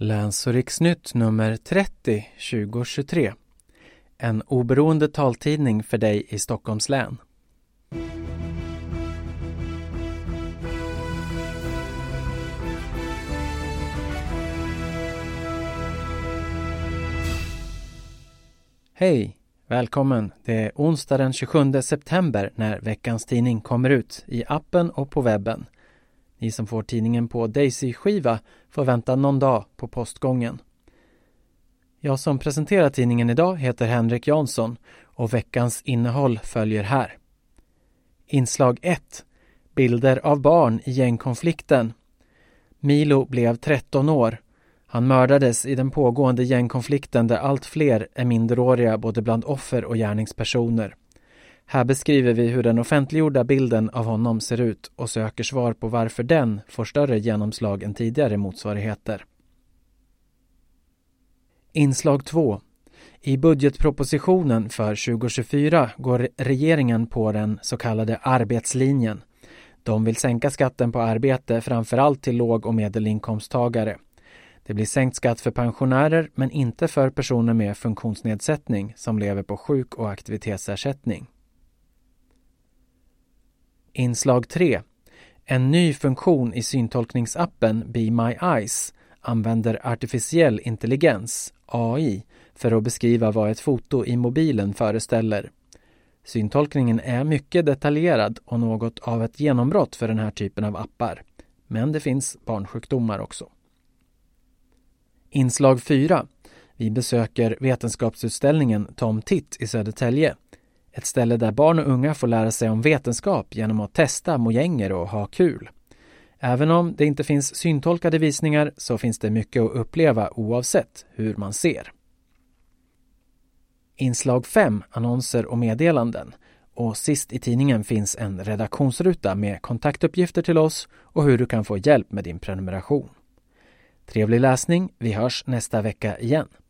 Läns- och riksnytt nummer 30 2023. En oberoende taltidning för dig i Stockholms län. Hej, välkommen. Det är onsdag den 27 september när veckans tidning kommer ut i appen och på webben. Ni som får tidningen på Daisy-skiva får vänta någon dag på postgången. Jag som presenterar tidningen idag heter Henrik Jansson och veckans innehåll följer här. Inslag 1. Bilder av barn i gängkonflikten. Milo blev 13 år. Han mördades i den pågående gängkonflikten där allt fler är minderåriga både bland offer och gärningspersoner. Här beskriver vi hur den offentliggjorda bilden av honom ser ut och söker svar på varför den får större genomslag än tidigare motsvarigheter. Inslag 2. I budgetpropositionen för 2024 går regeringen på den så kallade arbetslinjen. De vill sänka skatten på arbete framförallt till låg- och medelinkomsttagare. Det blir sänkt skatt för pensionärer men inte för personer med funktionsnedsättning som lever på sjuk- och aktivitetsersättning. Inslag 3. En ny funktion i syntolkningsappen Be My Eyes använder artificiell intelligens, AI, för att beskriva vad ett foto i mobilen föreställer. Syntolkningen är mycket detaljerad och något av ett genombrott för den här typen av appar. Men det finns barnsjukdomar också. Inslag 4. Vi besöker vetenskapsutställningen Tom Titt i Södertälje. Ett ställe där barn och unga får lära sig om vetenskap genom att testa mojänger och ha kul. Även om det inte finns syntolkade visningar så finns det mycket att uppleva oavsett hur man ser. Inslag 5. Annonser och meddelanden. Och sist i tidningen finns en redaktionsruta med kontaktuppgifter till oss och hur du kan få hjälp med din prenumeration. Trevlig läsning, vi hörs nästa vecka igen.